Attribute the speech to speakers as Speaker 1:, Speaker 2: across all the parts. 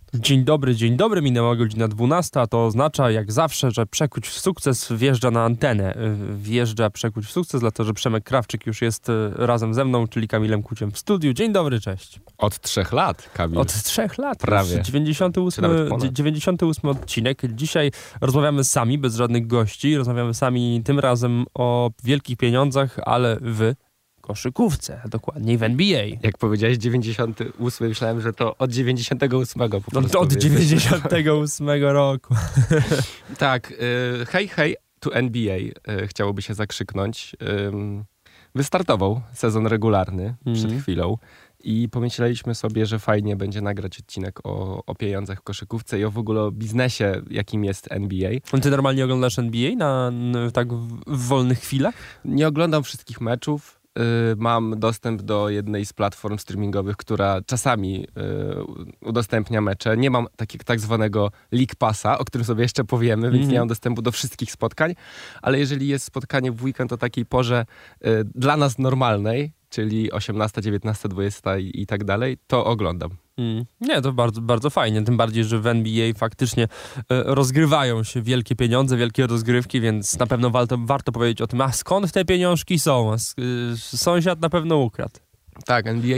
Speaker 1: Dzień dobry, minęła godzina 12, a to oznacza jak zawsze, że Przekuć w sukces wjeżdża na antenę. Wjeżdża Przekuć w sukces, dlatego że Przemek Krawczyk już jest razem ze mną, czyli Kamilem Kuciem w studiu. Dzień dobry, cześć.
Speaker 2: Od 3 lat, Kamil.
Speaker 1: Od 3 lat.
Speaker 2: Prawie.
Speaker 1: 98 odcinek. Dzisiaj rozmawiamy sami, bez żadnych gości. Rozmawiamy sami tym razem o wielkich pieniądzach, ale w koszykówce, a dokładniej w NBA.
Speaker 2: Jak powiedziałeś 98, myślałem, że to od 98 po prostu.
Speaker 1: Od 98 roku.
Speaker 2: Tak, hej to NBA chciałoby się zakrzyknąć. Wystartował sezon regularny przed chwilą i pomyśleliśmy sobie, że fajnie będzie nagrać odcinek o pieniądzach w koszykówce i o w ogóle o biznesie, jakim jest NBA.
Speaker 1: Ty normalnie oglądasz NBA tak w wolnych chwilach?
Speaker 2: Nie oglądam wszystkich meczów. Mam dostęp do jednej z platform streamingowych, która czasami udostępnia mecze. Nie mam tak zwanego League Passa, o którym sobie jeszcze powiemy, więc nie mam dostępu do wszystkich spotkań, ale jeżeli jest spotkanie w weekend o takiej porze dla nas normalnej, czyli 18, 19, 20 i tak dalej, to oglądam.
Speaker 1: Nie, to bardzo, bardzo fajnie. Tym bardziej, że w NBA faktycznie rozgrywają się wielkie pieniądze, wielkie rozgrywki, więc na pewno warto powiedzieć o tym, a skąd te pieniążki są? Sąsiad na pewno ukradł.
Speaker 2: Tak, NBA...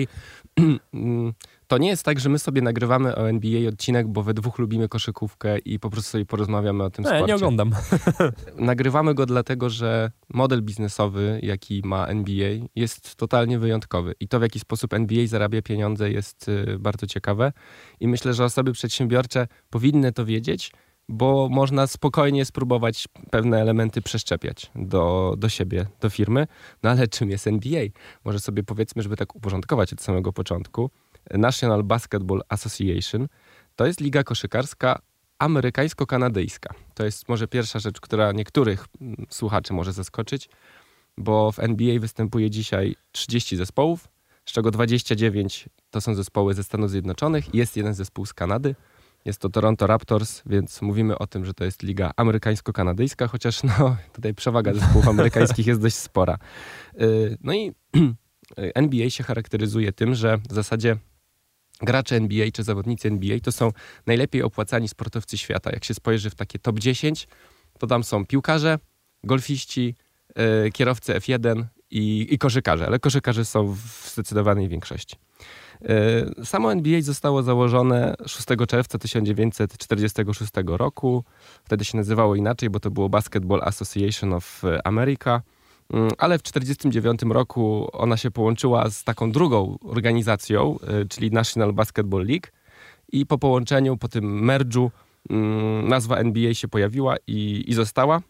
Speaker 2: To nie jest tak, że my sobie nagrywamy o NBA odcinek, bo we dwóch lubimy koszykówkę i po prostu sobie porozmawiamy o tym sporcie.
Speaker 1: Nie oglądam.
Speaker 2: Nagrywamy go dlatego, że model biznesowy, jaki ma NBA, jest totalnie wyjątkowy. I to, w jaki sposób NBA zarabia pieniądze, jest bardzo ciekawe. I myślę, że osoby przedsiębiorcze powinny to wiedzieć, bo można spokojnie spróbować pewne elementy przeszczepiać do siebie, do firmy. No ale czym jest NBA? Może sobie powiedzmy, żeby tak uporządkować od samego początku. National Basketball Association to jest liga koszykarska amerykańsko-kanadyjska. To jest może pierwsza rzecz, która niektórych słuchaczy może zaskoczyć, bo w NBA występuje dzisiaj 30 zespołów, z czego 29 to są zespoły ze Stanów Zjednoczonych i jest jeden zespół z Kanady. Jest to Toronto Raptors, więc mówimy o tym, że to jest liga amerykańsko-kanadyjska, chociaż tutaj przewaga zespołów amerykańskich jest dość spora. No i NBA się charakteryzuje tym, że w zasadzie gracze NBA czy zawodnicy NBA to są najlepiej opłacani sportowcy świata. Jak się spojrzy w takie top 10, to tam są piłkarze, golfiści, kierowcy F1 i koszykarze, ale koszykarze są w zdecydowanej większości. Samo NBA zostało założone 6 czerwca 1946 roku. Wtedy się nazywało inaczej, bo to było Basketball Association of America. Ale w 1949 roku ona się połączyła z taką drugą organizacją, czyli National Basketball League. I po połączeniu, po tym merge'u nazwa NBA się pojawiła i została.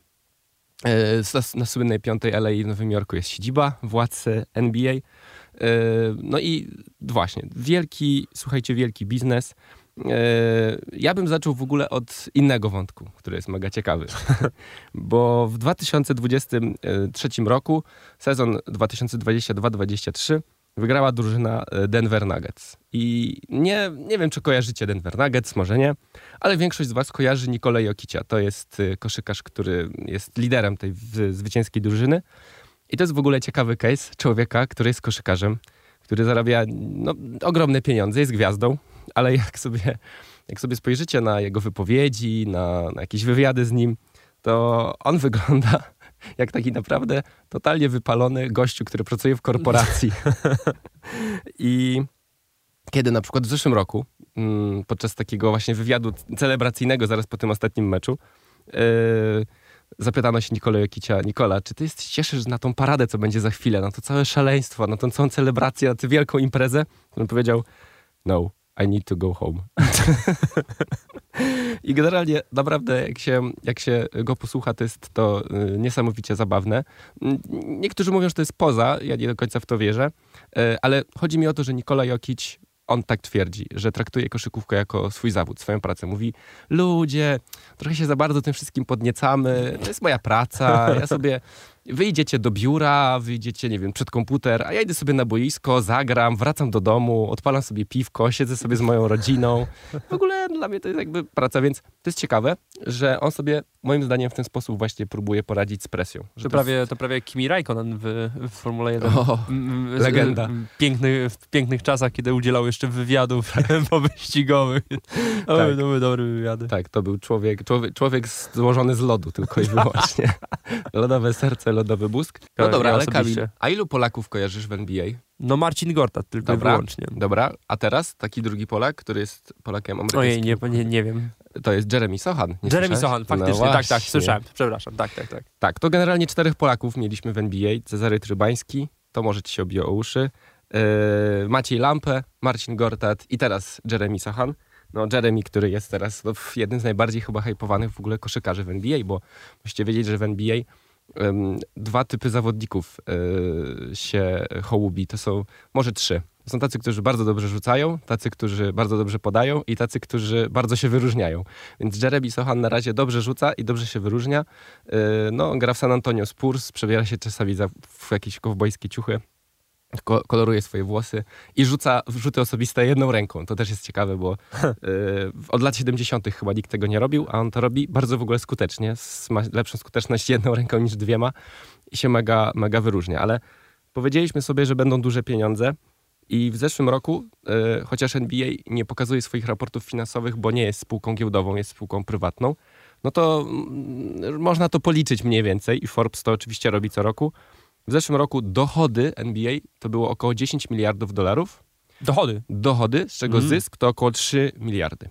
Speaker 2: Na słynnej 5 LA w Nowym Jorku jest siedziba władz NBA. No i właśnie, wielki biznes. Ja bym zaczął w ogóle od innego wątku, który jest mega ciekawy. Bo w 2023 roku, sezon 2022-2023, wygrała drużyna Denver Nuggets. I nie wiem, czy kojarzycie Denver Nuggets, może nie, ale większość z was kojarzy Nikolę Jokicia. To jest koszykarz, który jest liderem tej zwycięskiej drużyny. I to jest w ogóle ciekawy case człowieka, który jest koszykarzem, który zarabia ogromne pieniądze, jest gwiazdą, ale jak sobie spojrzycie na jego wypowiedzi, na jakieś wywiady z nim, to on wygląda jak taki naprawdę totalnie wypalony gościu, który pracuje w korporacji. I kiedy na przykład w zeszłym roku, podczas takiego właśnie wywiadu celebracyjnego, zaraz po tym ostatnim meczu, zapytano się Nikolę Jokicia: Nikola, czy ty się cieszysz na tą paradę, co będzie za chwilę, na to całe szaleństwo, na tą całą celebrację, na tę wielką imprezę? On powiedział: no, I need to go home. I generalnie naprawdę jak się go posłucha, to jest to niesamowicie zabawne. Niektórzy mówią, że to jest poza, ja nie do końca w to wierzę, ale chodzi mi o to, że Nikola Jokic, on tak twierdzi, że traktuje koszykówkę jako swój zawód, swoją pracę. Mówi: ludzie, trochę się za bardzo tym wszystkim podniecamy, to jest moja praca, ja sobie... Wyjdziecie do biura, wyjdziecie, nie wiem, przed komputer, a ja idę sobie na boisko, zagram, wracam do domu, odpalam sobie piwko, siedzę sobie z moją rodziną. W ogóle dla mnie to jest jakby praca, więc to jest ciekawe, że on sobie moim zdaniem w ten sposób właśnie próbuje poradzić z presją.
Speaker 1: To prawie jak Kimi Räikkönen w Formule 1.
Speaker 2: Legenda.
Speaker 1: W pięknych czasach, kiedy udzielał jeszcze wywiadów powyścigowych.
Speaker 2: Tak.
Speaker 1: To były dobre wywiady.
Speaker 2: Tak, to był człowiek złożony z lodu tylko i wyłącznie. Lodowe serce, lodowy mózg. No dobra, ale Kamil, a ilu Polaków kojarzysz w NBA?
Speaker 1: No Marcin Gortat tylko i wyłącznie.
Speaker 2: Dobra, a teraz taki drugi Polak, który jest Polakiem amerykańskim.
Speaker 1: Ojej, nie wiem.
Speaker 2: To jest Jeremy Sohan.
Speaker 1: Jeremy Sohan, faktycznie,
Speaker 2: no
Speaker 1: tak, słyszałem, przepraszam, tak.
Speaker 2: Tak, to generalnie 4 Polaków mieliśmy w NBA. Cezary Trybański, to może ci się obije o uszy. Maciej Lampę, Marcin Gortat i teraz Jeremy Sohan. No Jeremy, który jest teraz jednym z najbardziej chyba hypowanych w ogóle koszykarzy w NBA, bo musicie wiedzieć, że w NBA 2 typy zawodników się hołubi. To są może 3. Są tacy, którzy bardzo dobrze rzucają, tacy, którzy bardzo dobrze podają i tacy, którzy bardzo się wyróżniają. Więc Jeremy Sohan na razie dobrze rzuca i dobrze się wyróżnia. No, gra w San Antonio Spurs, przebiera się czasami w jakieś kowbojskie ciuchy, koloruje swoje włosy i rzuca rzuty osobiste jedną ręką. To też jest ciekawe, bo od lat 70. chyba nikt tego nie robił, a on to robi bardzo w ogóle skutecznie. Ma lepszą skuteczność jedną ręką niż 2 i się mega wyróżnia. Ale powiedzieliśmy sobie, że będą duże pieniądze i w zeszłym roku, chociaż NBA nie pokazuje swoich raportów finansowych, bo nie jest spółką giełdową, jest spółką prywatną, no to można to policzyć mniej więcej i Forbes to oczywiście robi co roku. W zeszłym roku dochody NBA to było około 10 miliardów dolarów. Dochody, z czego zysk to około 3 miliardy.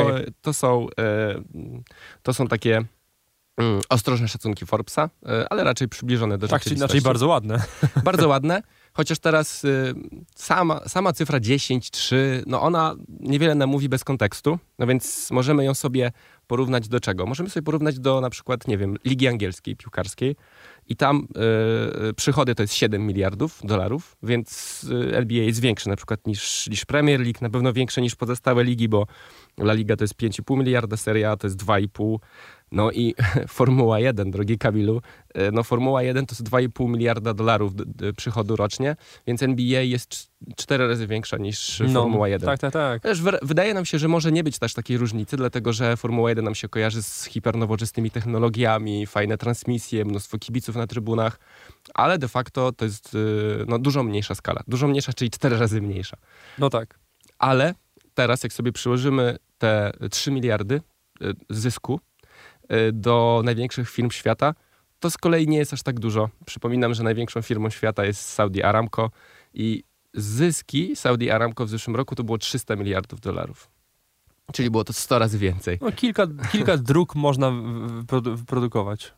Speaker 2: To są takie ostrożne szacunki Forbesa, ale raczej przybliżone do rzeczywistości.
Speaker 1: Tak czy inaczej bardzo ładne.
Speaker 2: Bardzo ładne, chociaż teraz sama cyfra 10, 3, no ona niewiele nam mówi bez kontekstu, no więc możemy ją sobie porównać do czego? Możemy sobie porównać do na przykład, nie wiem, Ligi Angielskiej, piłkarskiej i tam przychody to jest 7 miliardów dolarów, więc NBA jest większe na przykład niż Premier League, na pewno większe niż pozostałe ligi, bo La Liga to jest 5,5 miliarda, Serie A to jest 2,5. No i Formuła 1, drogi Kamilu, no Formuła 1 to jest 2,5 miliarda dolarów przychodu rocznie, więc NBA jest 4 razy większa niż Formuła 1.
Speaker 1: Tak.
Speaker 2: Też wydaje nam się, że może nie być też takiej różnicy, dlatego że Formuła 1 nam się kojarzy z hipernowoczesnymi technologiami, fajne transmisje, mnóstwo kibiców na trybunach, ale de facto to jest dużo mniejsza skala. Dużo mniejsza, czyli 4 razy mniejsza.
Speaker 1: No tak.
Speaker 2: Ale teraz jak sobie przyłożymy te 3 miliardy zysku do największych firm świata, to z kolei nie jest aż tak dużo. Przypominam, że największą firmą świata jest Saudi Aramco i zyski Saudi Aramco w zeszłym roku to było 300 miliardów dolarów. Czyli było to 100 razy więcej.
Speaker 1: No, kilka dróg można wyprodukować.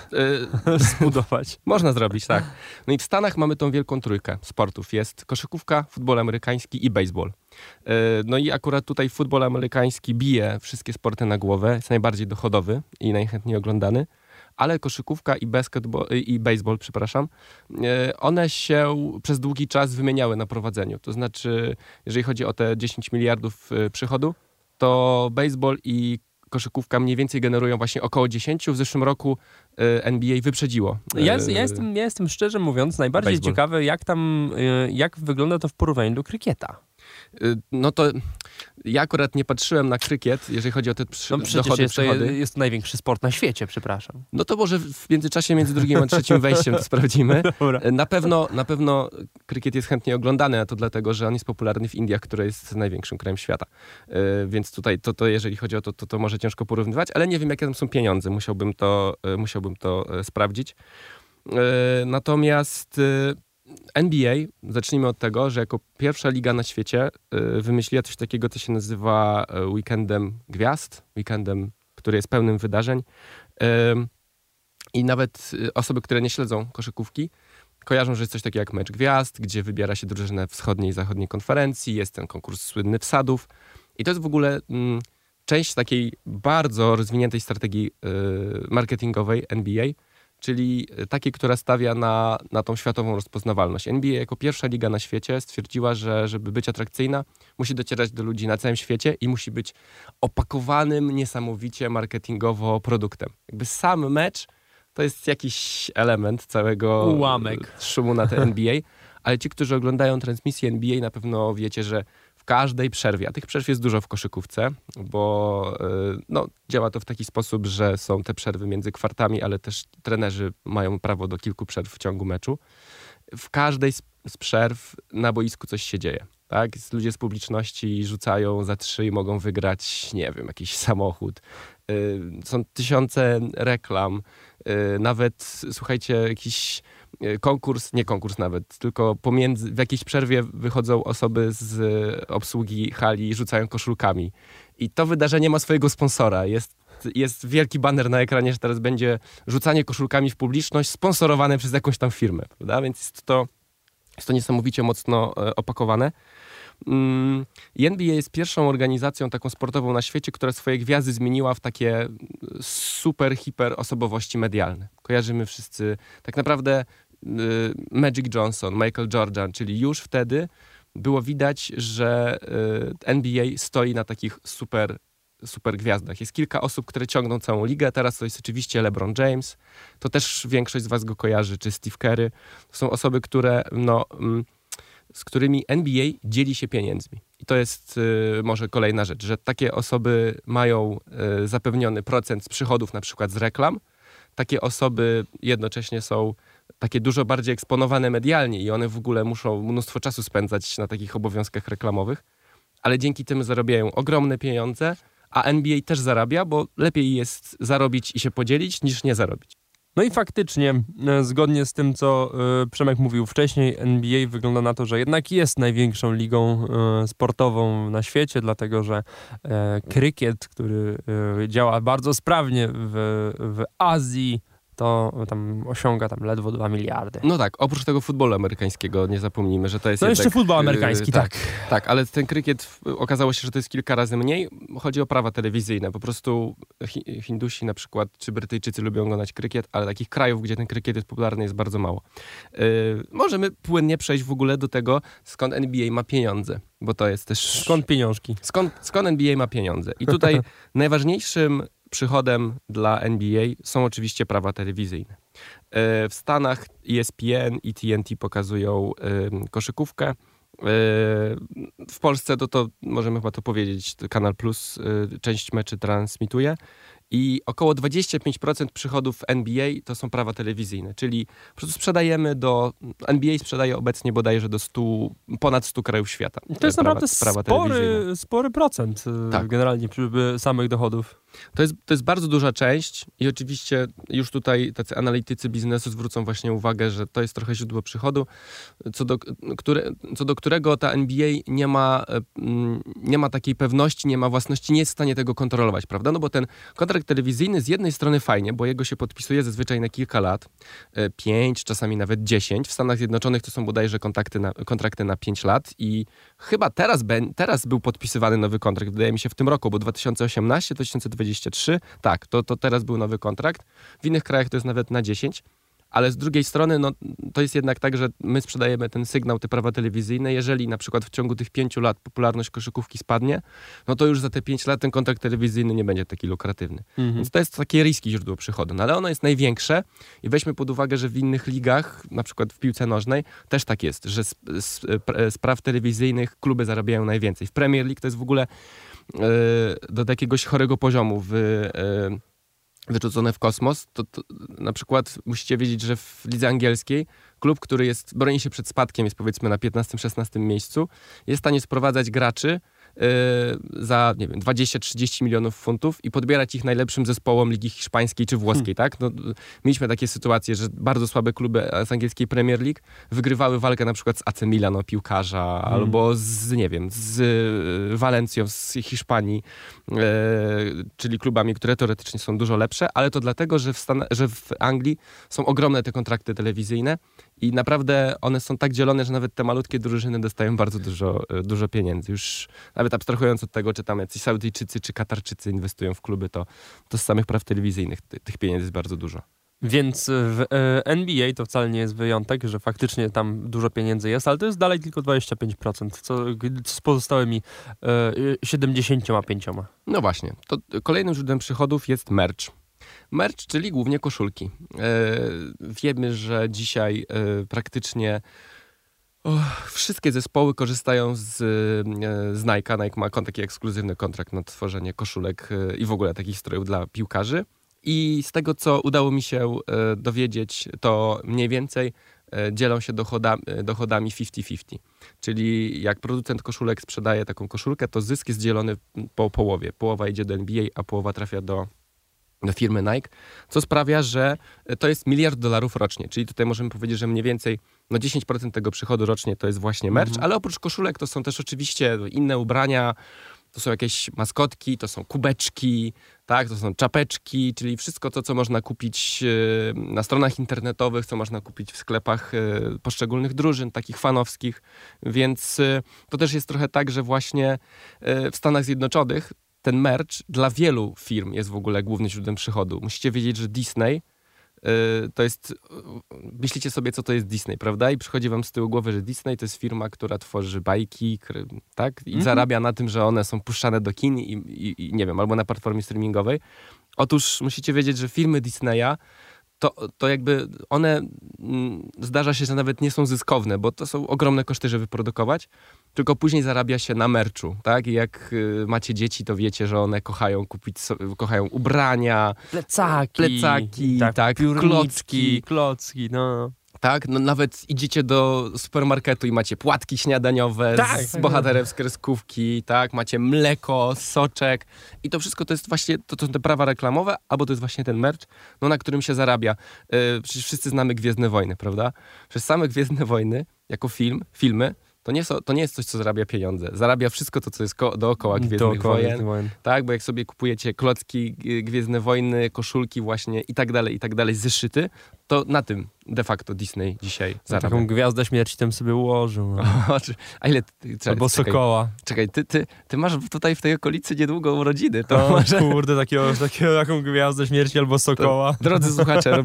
Speaker 1: Zbudować.
Speaker 2: Można zrobić, tak. No i w Stanach mamy tą wielką trójkę sportów. Jest koszykówka, futbol amerykański i baseball. No i akurat tutaj futbol amerykański bije wszystkie sporty na głowę, jest najbardziej dochodowy i najchętniej oglądany, ale koszykówka i baseball, one się przez długi czas wymieniały na prowadzeniu. To znaczy, jeżeli chodzi o te 10 miliardów przychodu, to baseball i koszykówka mniej więcej generują właśnie około 10. W zeszłym roku NBA wyprzedziło.
Speaker 1: Ja jestem szczerze mówiąc najbardziej
Speaker 2: baseball.
Speaker 1: ciekawy, jak wygląda to w porównaniu do krykieta.
Speaker 2: No to ja akurat nie patrzyłem na krykiet, jeżeli chodzi o te dochody, przychody.
Speaker 1: Jest to największy sport na świecie, przepraszam.
Speaker 2: No to może w międzyczasie między drugim a trzecim wejściem to sprawdzimy.
Speaker 1: Dobra.
Speaker 2: Na pewno krykiet jest chętnie oglądany, a to dlatego, że on jest popularny w Indiach, które jest największym krajem świata. Więc tutaj to jeżeli chodzi o to może ciężko porównywać, ale nie wiem, jakie tam są pieniądze. Musiałbym to sprawdzić. Natomiast NBA, zacznijmy od tego, że jako pierwsza liga na świecie wymyśliła coś takiego, co się nazywa weekendem gwiazd, weekendem, który jest pełnym wydarzeń. I nawet osoby, które nie śledzą koszykówki, kojarzą, że jest coś takiego jak mecz gwiazd, gdzie wybiera się drużynę wschodniej i zachodniej konferencji, jest ten konkurs słynny wsadów. I to jest w ogóle część takiej bardzo rozwiniętej strategii marketingowej NBA, czyli takiej, która stawia na tą światową rozpoznawalność. NBA jako pierwsza liga na świecie stwierdziła, że żeby być atrakcyjna, musi docierać do ludzi na całym świecie i musi być opakowanym niesamowicie marketingowo produktem. Jakby sam mecz to jest jakiś element całego
Speaker 1: ułamek
Speaker 2: szumu na te NBA, ale ci, którzy oglądają transmisję NBA, na pewno wiecie, że w każdej przerwie, a tych przerw jest dużo w koszykówce, bo działa to w taki sposób, że są te przerwy między kwartami, ale też trenerzy mają prawo do kilku przerw w ciągu meczu. W każdej z przerw na boisku coś się dzieje. Tak? Ludzie z publiczności rzucają za 3 i mogą wygrać, nie wiem, jakiś samochód. Są tysiące reklam. Nawet, słuchajcie, jakiś nie konkurs nawet, tylko w jakiejś przerwie wychodzą osoby z obsługi hali i rzucają koszulkami. I to wydarzenie ma swojego sponsora. Jest wielki baner na ekranie, że teraz będzie rzucanie koszulkami w publiczność sponsorowane przez jakąś tam firmę, prawda? Więc jest to niesamowicie mocno opakowane. I NBA jest pierwszą organizacją taką sportową na świecie, która swoje gwiazdy zmieniła w takie super, hiper osobowości medialne. Kojarzymy wszyscy tak naprawdę Magic Johnson, Michael Jordan, czyli już wtedy było widać, że NBA stoi na takich super gwiazdach. Jest kilka osób, które ciągną całą ligę. Teraz to jest oczywiście LeBron James. To też większość z was go kojarzy, czy Steve Curry. To są osoby, które z którymi NBA dzieli się pieniędzmi. I to jest może kolejna rzecz, że takie osoby mają zapewniony procent z przychodów na przykład z reklam. Takie osoby jednocześnie są takie dużo bardziej eksponowane medialnie i one w ogóle muszą mnóstwo czasu spędzać na takich obowiązkach reklamowych, ale dzięki tym zarabiają ogromne pieniądze, a NBA też zarabia, bo lepiej jest zarobić i się podzielić, niż nie zarobić.
Speaker 1: No i faktycznie, zgodnie z tym, co Przemek mówił wcześniej, NBA wygląda na to, że jednak jest największą ligą sportową na świecie, dlatego że krykiet, który działa bardzo sprawnie w Azji, to tam osiąga ledwo 2 miliardy.
Speaker 2: No tak, oprócz tego futbolu amerykańskiego nie zapomnijmy, że to jest
Speaker 1: jeszcze futbol amerykański, tak.
Speaker 2: Tak, ale ten krykiet okazało się, że to jest kilka razy mniej. Chodzi o prawa telewizyjne. Po prostu Hindusi na przykład, czy Brytyjczycy lubią oglądać krykiet, ale takich krajów, gdzie ten krykiet jest popularny, jest bardzo mało. Możemy płynnie przejść w ogóle do tego, skąd NBA ma pieniądze, bo to jest też...
Speaker 1: Skąd pieniążki?
Speaker 2: Skąd NBA ma pieniądze? I tutaj najważniejszym przychodem dla NBA są oczywiście prawa telewizyjne. W Stanach ESPN i TNT pokazują koszykówkę. W Polsce to możemy chyba to powiedzieć, Kanal Plus część meczy transmituje i około 25% przychodów NBA to są prawa telewizyjne, czyli po prostu sprzedajemy NBA sprzedaje obecnie bodajże do ponad 100 krajów świata.
Speaker 1: To jest naprawdę spory procent generalnie samych dochodów.
Speaker 2: To jest bardzo duża część i oczywiście już tutaj tacy analitycy biznesu zwrócą właśnie uwagę, że to jest trochę źródło przychodu, co do którego ta NBA nie ma takiej pewności, nie ma własności, nie jest w stanie tego kontrolować, prawda? No bo ten kontrakt telewizyjny z jednej strony fajnie, bo jego się podpisuje zazwyczaj na kilka lat, 5, czasami nawet 10. W Stanach Zjednoczonych to są bodajże kontrakty na 5 lat i chyba teraz był podpisywany nowy kontrakt, wydaje mi się w tym roku, bo 2018-2023, tak, to teraz był nowy kontrakt. W innych krajach to jest nawet na 10. Ale z drugiej strony, to jest jednak tak, że my sprzedajemy ten sygnał, te prawa telewizyjne. Jeżeli na przykład w ciągu tych 5 lat popularność koszykówki spadnie, no to już za te 5 lat ten kontrakt telewizyjny nie będzie taki lukratywny. Więc to jest takie risky źródło przychodu. No ale ono jest największe i weźmy pod uwagę, że w innych ligach, na przykład w piłce nożnej, też tak jest, że z praw telewizyjnych kluby zarabiają najwięcej. W Premier League to jest w ogóle do jakiegoś chorego poziomu wyrzucone w kosmos, to na przykład musicie wiedzieć, że w lidze angielskiej klub, który broni się przed spadkiem, jest powiedzmy na 15-16 miejscu, jest w stanie sprowadzać graczy za, nie wiem, 20-30 milionów funtów i podbierać ich najlepszym zespołom Ligi Hiszpańskiej czy Włoskiej, tak? No, mieliśmy takie sytuacje, że bardzo słabe kluby z angielskiej Premier League wygrywały walkę na przykład z AC Milan o piłkarza, albo z Walencją z Hiszpanii, czyli klubami, które teoretycznie są dużo lepsze, ale to dlatego, że w Anglii są ogromne te kontrakty telewizyjne i naprawdę one są tak dzielone, że nawet te malutkie drużyny dostają bardzo dużo pieniędzy. Już nawet abstrahując od tego, czy tam jacyś Saudyjczycy czy Katarczycy inwestują w kluby, to z samych praw telewizyjnych tych pieniędzy jest bardzo dużo.
Speaker 1: Więc w NBA to wcale nie jest wyjątek, że faktycznie tam dużo pieniędzy jest, ale to jest dalej tylko 25%, co z pozostałymi 75%.
Speaker 2: No właśnie, to kolejnym źródłem przychodów jest merch. Merch, czyli głównie koszulki. Wiemy, że dzisiaj praktycznie Wszystkie zespoły korzystają z Nike'a. Nike ma taki ekskluzywny kontrakt na tworzenie koszulek i w ogóle takich strojów dla piłkarzy. I z tego, co udało mi się dowiedzieć, to mniej więcej dzielą się dochodami 50-50. Czyli jak producent koszulek sprzedaje taką koszulkę, to zysk jest dzielony po połowie. Połowa idzie do NBA, a połowa trafia do firmy Nike, co sprawia, że to jest $1 miliard rocznie. Czyli tutaj możemy powiedzieć, że mniej więcej 10% tego przychodu rocznie to jest właśnie merch, ale oprócz koszulek to są też oczywiście inne ubrania, to są jakieś maskotki, to są kubeczki, tak, to są czapeczki, czyli wszystko to, co można kupić na stronach internetowych, co można kupić w sklepach poszczególnych drużyn, takich fanowskich, więc to też jest trochę tak, że właśnie w Stanach Zjednoczonych ten merch dla wielu firm jest w ogóle głównym źródłem przychodu. Musicie wiedzieć, że Disney to jest... Myślicie sobie, co to jest Disney, prawda? I przychodzi wam z tyłu głowy, że Disney to jest firma, która tworzy bajki, tak? I zarabia na tym, że one są puszczane do kin i nie wiem, albo na platformie streamingowej. Otóż musicie wiedzieć, że filmy Disneya to jakby one zdarza się, że nawet nie są zyskowne, bo to są ogromne koszty, żeby produkować, tylko później zarabia się na merchu, tak? I jak macie dzieci, to wiecie, że one kochają kochają ubrania, plecaki, tak,
Speaker 1: klocki, no.
Speaker 2: Tak, no nawet idziecie do supermarketu i macie płatki śniadaniowe z bohaterewskie kreskówki, tak, macie mleko, soczek i to wszystko to jest właśnie, to są te prawa reklamowe, albo to jest właśnie ten merch, no, na którym się zarabia. Przecież wszyscy znamy Gwiezdne Wojny, prawda? Przez same Gwiezdne Wojny, jako filmy, to nie jest coś, co zarabia pieniądze. Zarabia wszystko to, co jest dookoła Gwiezdnych Wojen. Tak, bo jak sobie kupujecie klocki, Gwiezdne Wojny, koszulki właśnie i tak dalej, zeszyty, to na tym de facto Disney dzisiaj zarabia.
Speaker 1: Taką gwiazdę śmierci tam sobie ułożył. No.
Speaker 2: A ile...
Speaker 1: Albo sokoła.
Speaker 2: Czekaj, ty masz tutaj w tej okolicy niedługo urodziny.
Speaker 1: To może... Kurde, taką gwiazdę śmierci albo sokoła.
Speaker 2: To, drodzy słuchacze,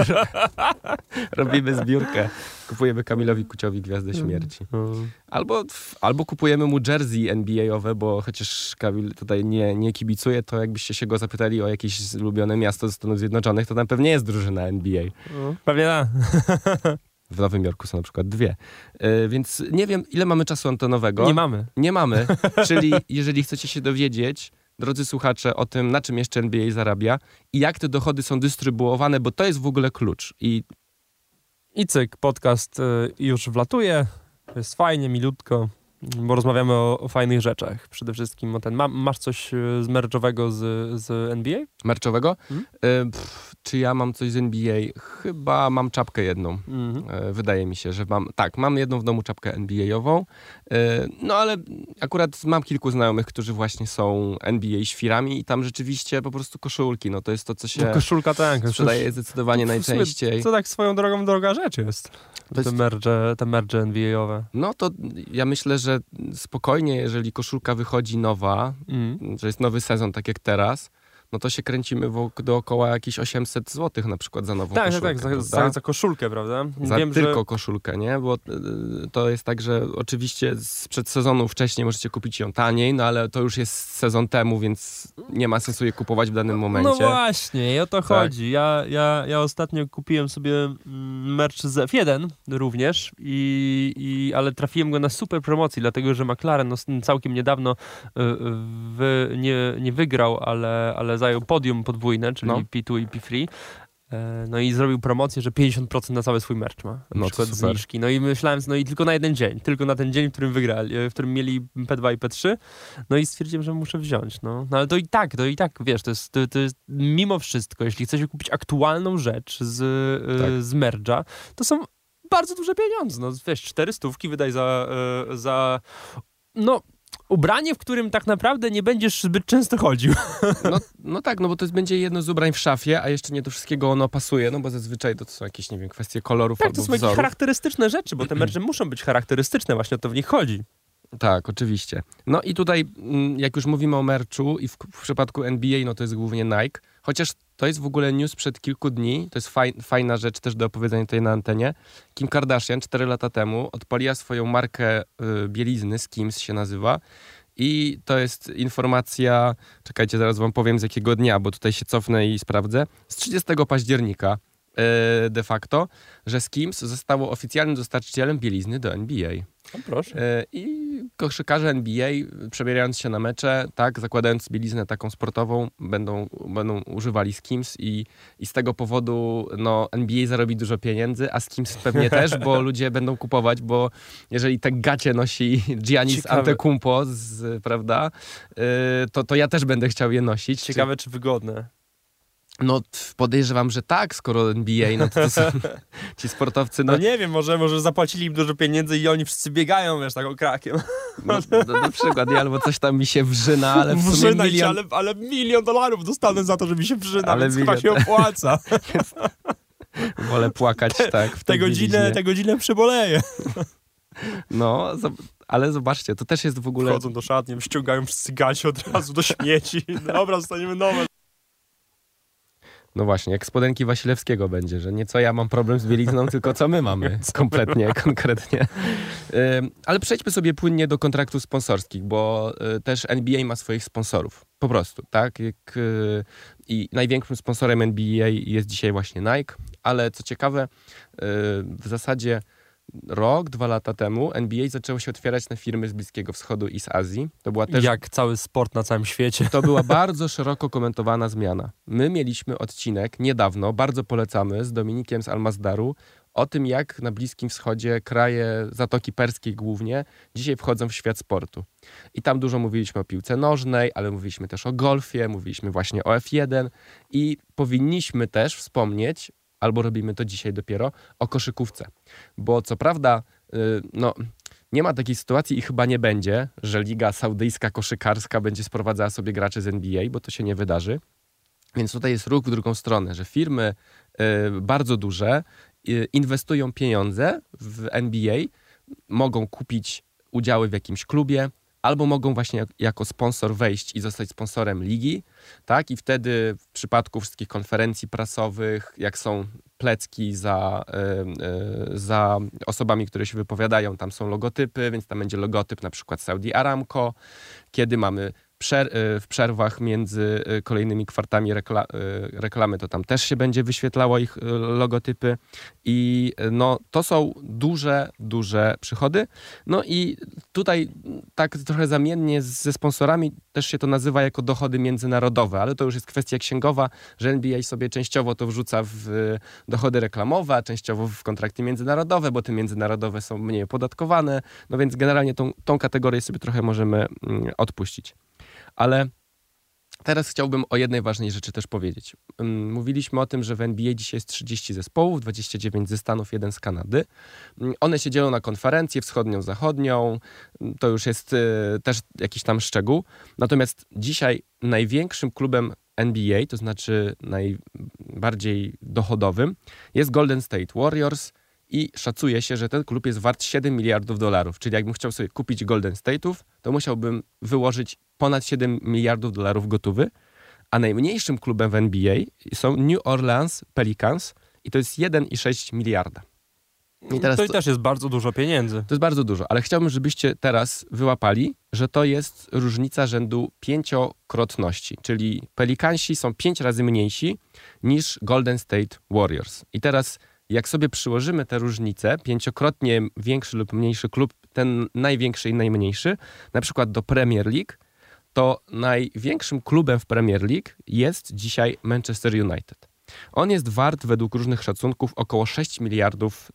Speaker 2: robimy zbiórkę. Kupujemy Kamilowi Kuciowi Gwiazdę Śmierci. Albo kupujemy mu jersey NBA-owe, bo chociaż Kamil tutaj nie kibicuje, to jakbyście się go zapytali o jakieś ulubione miasto ze Stanów Zjednoczonych, to tam pewnie jest drużyna NBA.
Speaker 1: Pewnie tak.
Speaker 2: W Nowym Jorku są na przykład 2. Więc nie wiem, ile mamy czasu antenowego. Nie mamy. Czyli jeżeli chcecie się dowiedzieć, drodzy słuchacze, o tym, na czym jeszcze NBA zarabia i jak te dochody są dystrybuowane, bo to jest w ogóle klucz.
Speaker 1: I cyk, podcast już wlatuje. Jest fajnie, milutko, bo rozmawiamy o fajnych rzeczach. Przede wszystkim o masz coś z merchowego z NBA?
Speaker 2: Merchowego? Czy ja mam coś z NBA? Chyba mam czapkę jedną. Wydaje mi się, że mam jedną w domu czapkę NBA-ową. No ale akurat mam kilku znajomych, którzy właśnie są NBA-świrami i tam rzeczywiście po prostu koszulki. No to jest to, co się
Speaker 1: koszulka, tak,
Speaker 2: sprzedaje zdecydowanie najczęściej.
Speaker 1: To tak swoją drogą droga rzecz jest. Te merge NBA-owe.
Speaker 2: No to ja myślę, że spokojnie, jeżeli koszulka wychodzi nowa, że jest nowy sezon, tak jak teraz, no to się kręcimy dookoła jakieś 800 zł na przykład za nową koszulkę.
Speaker 1: Tak, za koszulkę, prawda?
Speaker 2: Tylko koszulkę, nie? Bo to jest tak, że oczywiście sprzed sezonu wcześniej możecie kupić ją taniej, no ale to już jest sezon temu, więc nie ma sensu je kupować w danym momencie.
Speaker 1: No właśnie, i o to chodzi. Ja ostatnio kupiłem sobie merch z F1 również, ale trafiłem go na super promocji, dlatego że McLaren całkiem niedawno nie wygrał, ale zajął podium podwójne, czyli P2 i P3. No i zrobił promocję, że 50% na cały swój merch ma. Na przykład zniżki. No i myślałem, i tylko na jeden dzień. Tylko na ten dzień, w którym wygrali, w którym mieli P2 i P3. No i stwierdziłem, że muszę wziąć. No ale to i tak, wiesz, to jest mimo wszystko, jeśli chcecie kupić aktualną rzecz z mercha, to są bardzo duże pieniądze. No wiesz, 400 wydaj za ubranie, w którym tak naprawdę nie będziesz zbyt często chodził.
Speaker 2: No tak, no bo to będzie jedno z ubrań w szafie, a jeszcze nie do wszystkiego ono pasuje, no bo zazwyczaj to są jakieś, nie wiem, kwestie kolorów albo
Speaker 1: to są
Speaker 2: wzorów.
Speaker 1: jakieś charakterystyczne rzeczy, bo te mercze muszą być charakterystyczne, właśnie o to w nich chodzi.
Speaker 2: Tak, oczywiście. No i tutaj, jak już mówimy o merchu i w przypadku NBA, no to jest głównie Nike, chociaż to jest w ogóle news sprzed kilku dni, to jest fajna rzecz też do opowiedzenia tutaj na antenie. Kim Kardashian 4 lata temu odpaliła swoją markę bielizny, Skims się nazywa, i to jest informacja, czekajcie, zaraz wam powiem z jakiego dnia, bo tutaj się cofnę i sprawdzę, z 30 października de facto, że Skims zostało oficjalnym dostarczycielem bielizny do NBA.
Speaker 1: No proszę.
Speaker 2: I koszykarze NBA, przebierając się na mecze, tak, zakładając bieliznę taką sportową, będą używali Skims i z tego powodu NBA zarobi dużo pieniędzy, a Skims pewnie też, bo ludzie będą kupować, bo jeżeli te gacie nosi Giannis Antetokounmpo, prawda, to ja też będę chciał je nosić.
Speaker 1: Ciekawe, czy wygodne.
Speaker 2: No podejrzewam, że tak, skoro NBA, to są ci sportowcy.
Speaker 1: No nie wiem, może zapłacili im dużo pieniędzy i oni wszyscy biegają, wiesz, taką krakiem.
Speaker 2: Na przykład, ale coś tam mi się wrzyna, ale w sumie milion...
Speaker 1: ale $1 000 000 dostanę za to, że mi się wrzyna, więc chyba się opłaca.
Speaker 2: Wolę płakać, tak. W
Speaker 1: tę godzinę przeboleję.
Speaker 2: No, ale zobaczcie, to też jest w ogóle...
Speaker 1: Wchodzą do szatni, ściągają wszyscy gacie od razu do śmieci. Dobra, zostaniemy nowe.
Speaker 2: No właśnie, jak spodenki Wasilewskiego będzie, że nie co ja mam problem z bielizną, tylko co my mamy konkretnie. Ale przejdźmy sobie płynnie do kontraktów sponsorskich, bo też NBA ma swoich sponsorów. Po prostu, tak? I największym sponsorem NBA jest dzisiaj właśnie Nike, ale co ciekawe, w zasadzie rok, 2 lata temu NBA zaczęło się otwierać na firmy z Bliskiego Wschodu i z Azji. To była też...
Speaker 1: Jak cały sport na całym świecie.
Speaker 2: To była bardzo szeroko komentowana zmiana. My mieliśmy odcinek niedawno, bardzo polecamy, z Dominikiem z Almazdaru, o tym, jak na Bliskim Wschodzie kraje Zatoki Perskiej głównie dzisiaj wchodzą w świat sportu. I tam dużo mówiliśmy o piłce nożnej, ale mówiliśmy też o golfie, mówiliśmy właśnie o F1 i powinniśmy też wspomnieć, albo robimy to dzisiaj dopiero, o koszykówce. Bo co prawda, nie ma takiej sytuacji i chyba nie będzie, że Liga Saudyjska Koszykarska będzie sprowadzała sobie graczy z NBA, bo to się nie wydarzy. Więc tutaj jest ruch w drugą stronę, że firmy bardzo duże inwestują pieniądze w NBA, mogą kupić udziały w jakimś klubie, albo mogą właśnie jako sponsor wejść i zostać sponsorem ligi, tak? I wtedy w przypadku wszystkich konferencji prasowych, jak są plecki za osobami, które się wypowiadają, tam są logotypy, więc tam będzie logotyp na przykład Saudi Aramco. Kiedy mamy w przerwach między kolejnymi kwartami reklamy, to tam też się będzie wyświetlało ich logotypy i to są duże przychody. No i tutaj tak trochę zamiennie ze sponsorami też się to nazywa jako dochody międzynarodowe, ale to już jest kwestia księgowa, że NBA sobie częściowo to wrzuca w dochody reklamowe, a częściowo w kontrakty międzynarodowe, bo te międzynarodowe są mniej opodatkowane, no więc generalnie tą kategorię sobie trochę możemy odpuścić. Ale teraz chciałbym o jednej ważnej rzeczy też powiedzieć. Mówiliśmy o tym, że w NBA dzisiaj jest 30 zespołów, 29 ze Stanów, 1 z Kanady. One się dzielą na konferencję wschodnią, zachodnią. To już jest też jakiś tam szczegół. Natomiast dzisiaj największym klubem NBA, to znaczy najbardziej dochodowym, jest Golden State Warriors i szacuje się, że ten klub jest wart $7 miliardów. Czyli jakbym chciał sobie kupić Golden State'ów, to musiałbym wyłożyć ponad $7 miliardów gotowy, a najmniejszym klubem w NBA są New Orleans Pelicans i to jest 1,6 miliarda.
Speaker 1: I teraz to też jest bardzo dużo pieniędzy.
Speaker 2: To jest bardzo dużo, ale chciałbym, żebyście teraz wyłapali, że to jest różnica rzędu 5-krotności, czyli Pelikansi są 5 razy mniejsi niż Golden State Warriors. I teraz jak sobie przyłożymy te różnice, 5-krotnie większy lub mniejszy klub, ten największy i najmniejszy, na przykład do Premier League, to największym klubem w Premier League jest dzisiaj Manchester United. On jest wart według różnych szacunków około $6 miliardów.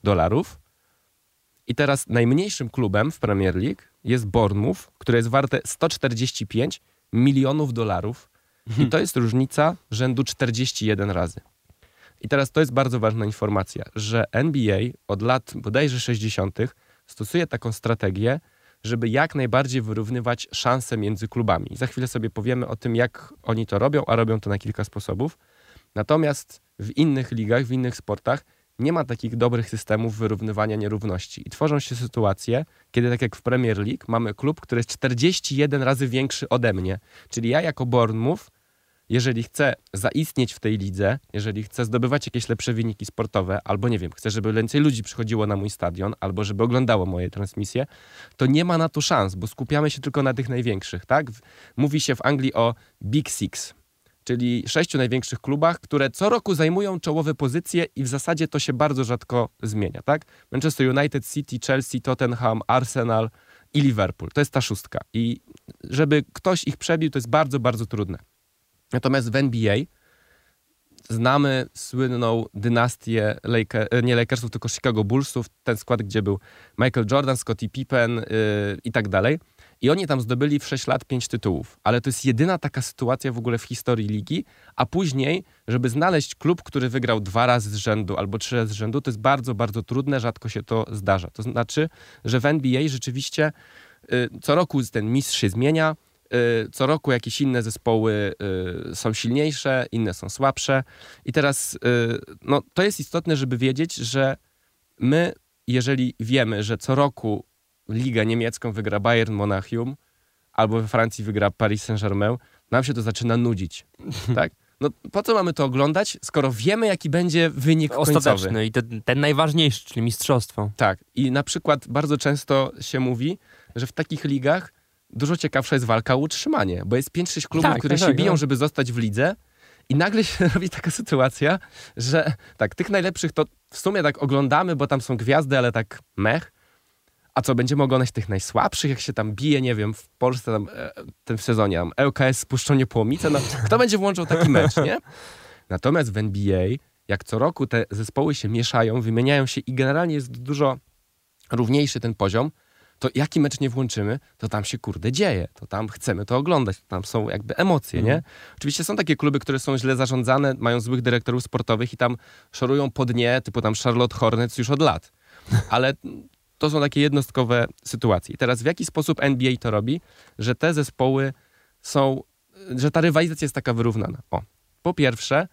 Speaker 2: I teraz najmniejszym klubem w Premier League jest Bournemouth, które jest warte $145 milionów. I to jest różnica rzędu 41 razy. I teraz to jest bardzo ważna informacja, że NBA od lat bodajże 60. stosuje taką strategię, żeby jak najbardziej wyrównywać szanse między klubami. I za chwilę sobie powiemy o tym, jak oni to robią, a robią to na kilka sposobów. Natomiast w innych ligach, w innych sportach nie ma takich dobrych systemów wyrównywania nierówności. I tworzą się sytuacje, kiedy tak jak w Premier League mamy klub, który jest 41 razy większy ode mnie. Czyli ja jako Bournemouth, jeżeli chcę zaistnieć w tej lidze, jeżeli chcę zdobywać jakieś lepsze wyniki sportowe, albo nie wiem, chcę, żeby więcej ludzi przychodziło na mój stadion, albo żeby oglądało moje transmisje, to nie ma na to szans, bo skupiamy się tylko na tych największych, tak? Mówi się w Anglii o Big Six. czyli 6 największych klubach, które co roku zajmują czołowe pozycje i w zasadzie to się bardzo rzadko zmienia, tak? Manchester United, City, Chelsea, Tottenham, Arsenal i Liverpool. To jest ta 6. I żeby ktoś ich przebił, to jest bardzo, bardzo trudne. Natomiast w NBA znamy słynną dynastię nie Lakersów, tylko Chicago Bullsów, ten skład, gdzie był Michael Jordan, Scottie Pippen i tak dalej. I oni tam zdobyli w 6 lat 5 tytułów. Ale to jest jedyna taka sytuacja w ogóle w historii ligi, a później, żeby znaleźć klub, który wygrał 2 razy z rzędu albo 3 razy z rzędu, to jest bardzo, bardzo trudne, rzadko się to zdarza. To znaczy, że w NBA rzeczywiście co roku ten mistrz się zmienia, co roku jakieś inne zespoły są silniejsze, inne są słabsze. I teraz no, to jest istotne, żeby wiedzieć, że my, jeżeli wiemy, że co roku ligę niemiecką wygra Bayern Monachium, albo we Francji wygra Paris Saint-Germain, nam się to zaczyna nudzić, tak? No po co mamy to oglądać, skoro wiemy, jaki będzie wynik
Speaker 1: ostateczny
Speaker 2: końcowy?
Speaker 1: i ten najważniejszy, czyli mistrzostwo.
Speaker 2: Tak. I na przykład bardzo często się mówi, że w takich ligach dużo ciekawsza jest walka o utrzymanie, bo jest 5-6 klubów, które się biją, żeby zostać w lidze i nagle się robi taka sytuacja, że tak, tych najlepszych to w sumie tak oglądamy, bo tam są gwiazdy, ale tak mech. A co, będziemy oglądać tych najsłabszych, jak się tam bije, nie wiem, w Polsce tam, w sezonie tam ŁKS Spuszczonie Płomice, no kto będzie włączał taki mecz, nie? Natomiast w NBA, jak co roku te zespoły się mieszają, wymieniają się i generalnie jest dużo równiejszy ten poziom, to jaki mecz nie włączymy, to tam się kurde dzieje, to tam chcemy to oglądać, to tam są jakby emocje, nie? Oczywiście są takie kluby, które są źle zarządzane, mają złych dyrektorów sportowych i tam szorują po dnie, typu tam Charlotte Hornets już od lat, ale to są takie jednostkowe sytuacje. I teraz w jaki sposób NBA to robi, że te zespoły są, że ta rywalizacja jest taka wyrównana? Po pierwsze,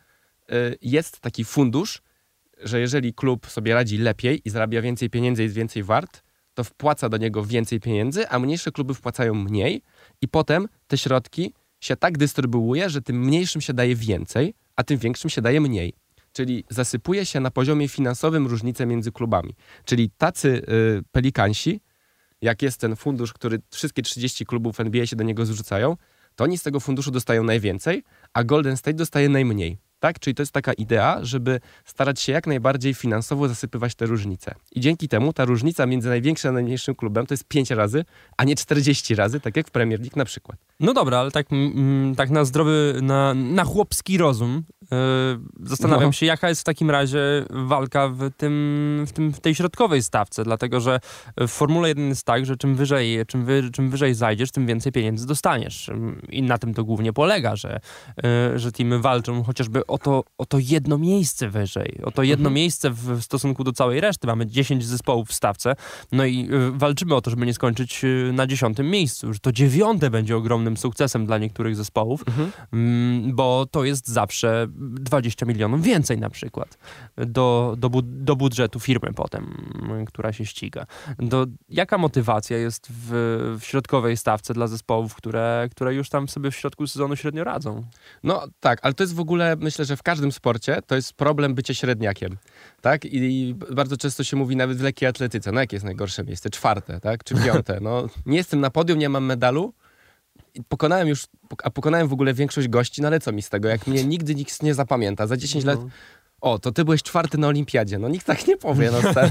Speaker 2: jest taki fundusz, że jeżeli klub sobie radzi lepiej i zarabia więcej pieniędzy i jest więcej wart, to wpłaca do niego więcej pieniędzy, a mniejsze kluby wpłacają mniej i potem te środki się tak dystrybuuje, że tym mniejszym się daje więcej, a tym większym się daje mniej. Czyli zasypuje się na poziomie finansowym różnice między klubami. Czyli tacy pelikansi, jak jest ten fundusz, który wszystkie 30 klubów NBA się do niego zrzucają, to oni z tego funduszu dostają najwięcej, a Golden State dostaje najmniej. Tak? Czyli to jest taka idea, żeby starać się jak najbardziej finansowo zasypywać te różnice. I dzięki temu ta różnica między największym a najmniejszym klubem to jest 5 razy, a nie 40 razy, tak jak w Premier League na przykład.
Speaker 1: No dobra, ale tak na zdrowy, na chłopski rozum zastanawiam się, jaka jest w takim razie walka w tej środkowej stawce, dlatego że w Formule 1 jest tak, że czym wyżej zajdziesz, tym więcej pieniędzy dostaniesz. I na tym to głównie polega, że teamy walczą chociażby o to jedno miejsce wyżej, o to jedno miejsce w stosunku do całej reszty. Mamy 10 zespołów w stawce, no i walczymy o to, żeby nie skończyć na 10. miejscu, że to 9 będzie ogromnym sukcesem dla niektórych zespołów, bo to jest zawsze 20 milionów więcej na przykład do budżetu firmy potem, która się ściga. Jaka motywacja jest w środkowej stawce dla zespołów, które już tam sobie w środku sezonu średnio radzą?
Speaker 2: No tak, ale to jest w ogóle, myślę, że w każdym sporcie to jest problem bycia średniakiem, tak? I bardzo często się mówi nawet w lekkiej atletyce, no jakie jest najgorsze miejsce? 4, tak? Czy 5? No nie jestem na podium, nie mam medalu, pokonałem w ogóle większość gości, no ale co mi z tego, jak mnie nigdy nikt nie zapamięta, za 10 lat, to ty byłeś 4 na olimpiadzie, no nikt tak nie powie, no stary.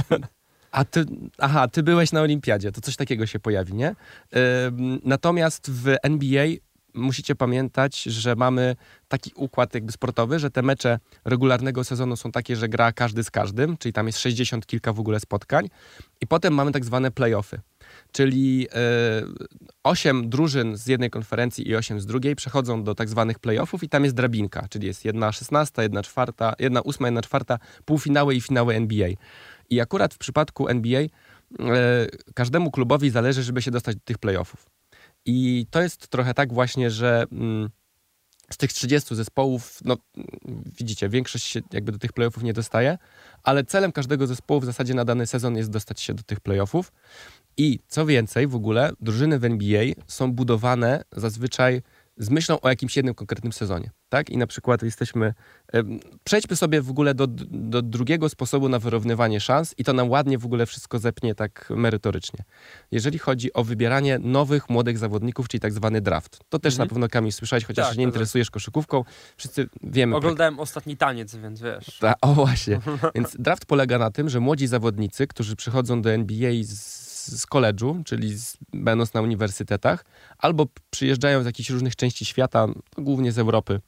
Speaker 2: Ty byłeś na olimpiadzie, to coś takiego się pojawi, nie? Natomiast w NBA musicie pamiętać, że mamy taki układ jakby sportowy, że te mecze regularnego sezonu są takie, że gra każdy z każdym, czyli tam jest 60 kilka w ogóle spotkań i potem mamy tak zwane play-offy, czyli 8 drużyn z jednej konferencji i 8 z drugiej przechodzą do tak zwanych play-offów i tam jest drabinka, czyli jest 1/16, 1/4, 1/8, 1/4, półfinały i finały NBA. I akurat w przypadku NBA każdemu klubowi zależy, żeby się dostać do tych play-offów. I to jest trochę tak właśnie, że z tych 30 zespołów, no widzicie, większość się jakby do tych play-offów nie dostaje, ale celem każdego zespołu w zasadzie na dany sezon jest dostać się do tych play-offów. I co więcej, w ogóle drużyny w NBA są budowane zazwyczaj z myślą o jakimś jednym konkretnym sezonie, tak? I na przykład przejdźmy sobie w ogóle do drugiego sposobu na wyrównywanie szans i to nam ładnie w ogóle wszystko zepnie tak merytorycznie. Jeżeli chodzi o wybieranie nowych, młodych zawodników, czyli tak zwany draft. To też na pewno, Kamil, słyszałeś, chociaż się nie interesujesz koszykówką. Wszyscy wiemy.
Speaker 1: Oglądałem ostatni taniec, więc wiesz.
Speaker 2: O właśnie. Więc draft polega na tym, że młodzi zawodnicy, którzy przychodzą do NBA z college'u, czyli będąc na uniwersytetach, albo przyjeżdżają z jakichś różnych części świata, głównie z Europy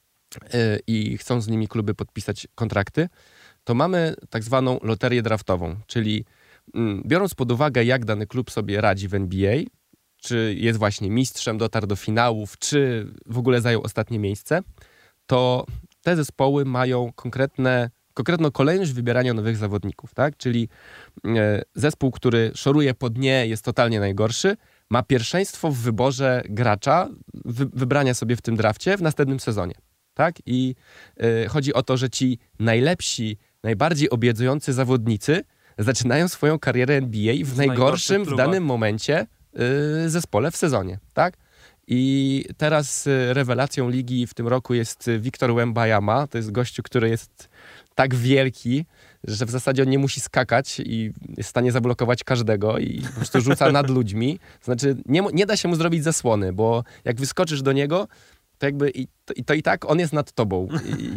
Speaker 2: i chcą z nimi kluby podpisać kontrakty, to mamy tak zwaną loterię draftową, czyli biorąc pod uwagę, jak dany klub sobie radzi w NBA, czy jest właśnie mistrzem, dotarł do finałów, czy w ogóle zajął ostatnie miejsce, to te zespoły mają konkretną kolejność wybierania nowych zawodników, tak? Czyli zespół, który szoruje po dnie, jest totalnie najgorszy, ma pierwszeństwo w wyborze gracza, wybrania sobie w tym drafcie w następnym sezonie, tak? I chodzi o to, że ci najlepsi, najbardziej obiecujący zawodnicy zaczynają swoją karierę NBA w najgorszym w danym momencie zespole w sezonie, tak? I teraz rewelacją ligi w tym roku jest Victor Wembanyama. To jest gościu, który jest tak wielki, że w zasadzie on nie musi skakać i jest w stanie zablokować każdego i po prostu rzuca nad ludźmi. Znaczy nie da się mu zrobić zasłony, bo jak wyskoczysz do niego, to jakby i tak on jest nad tobą.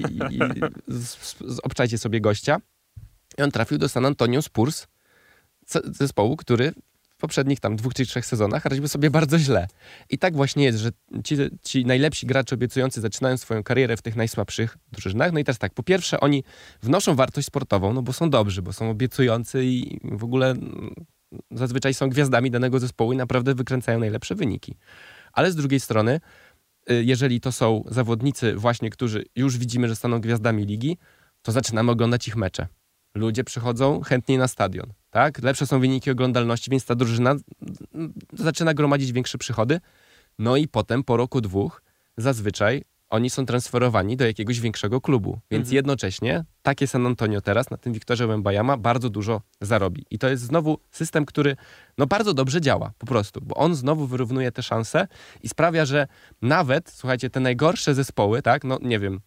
Speaker 2: Obczajcie sobie gościa. I on trafił do San Antonio Spurs, zespołu, który w poprzednich tam 2 czy 3 sezonach radziłby sobie bardzo źle. I tak właśnie jest, że ci najlepsi gracze obiecujący zaczynają swoją karierę w tych najsłabszych drużynach. No i teraz tak, po pierwsze oni wnoszą wartość sportową, no bo są dobrzy, bo są obiecujący i w ogóle zazwyczaj są gwiazdami danego zespołu i naprawdę wykręcają najlepsze wyniki. Ale z drugiej strony, jeżeli to są zawodnicy właśnie, którzy już widzimy, że staną gwiazdami ligi, to zaczynamy oglądać ich mecze. Ludzie przychodzą chętniej na stadion, tak? Lepsze są wyniki oglądalności, więc ta drużyna zaczyna gromadzić większe przychody. No i potem po roku, 2 zazwyczaj oni są transferowani do jakiegoś większego klubu. Więc jednocześnie takie San Antonio teraz na tym Victorze Wembanyama bardzo dużo zarobi. I to jest znowu system, który bardzo dobrze działa po prostu, bo on znowu wyrównuje te szanse i sprawia, że nawet, słuchajcie, te najgorsze zespoły, tak? No nie wiem,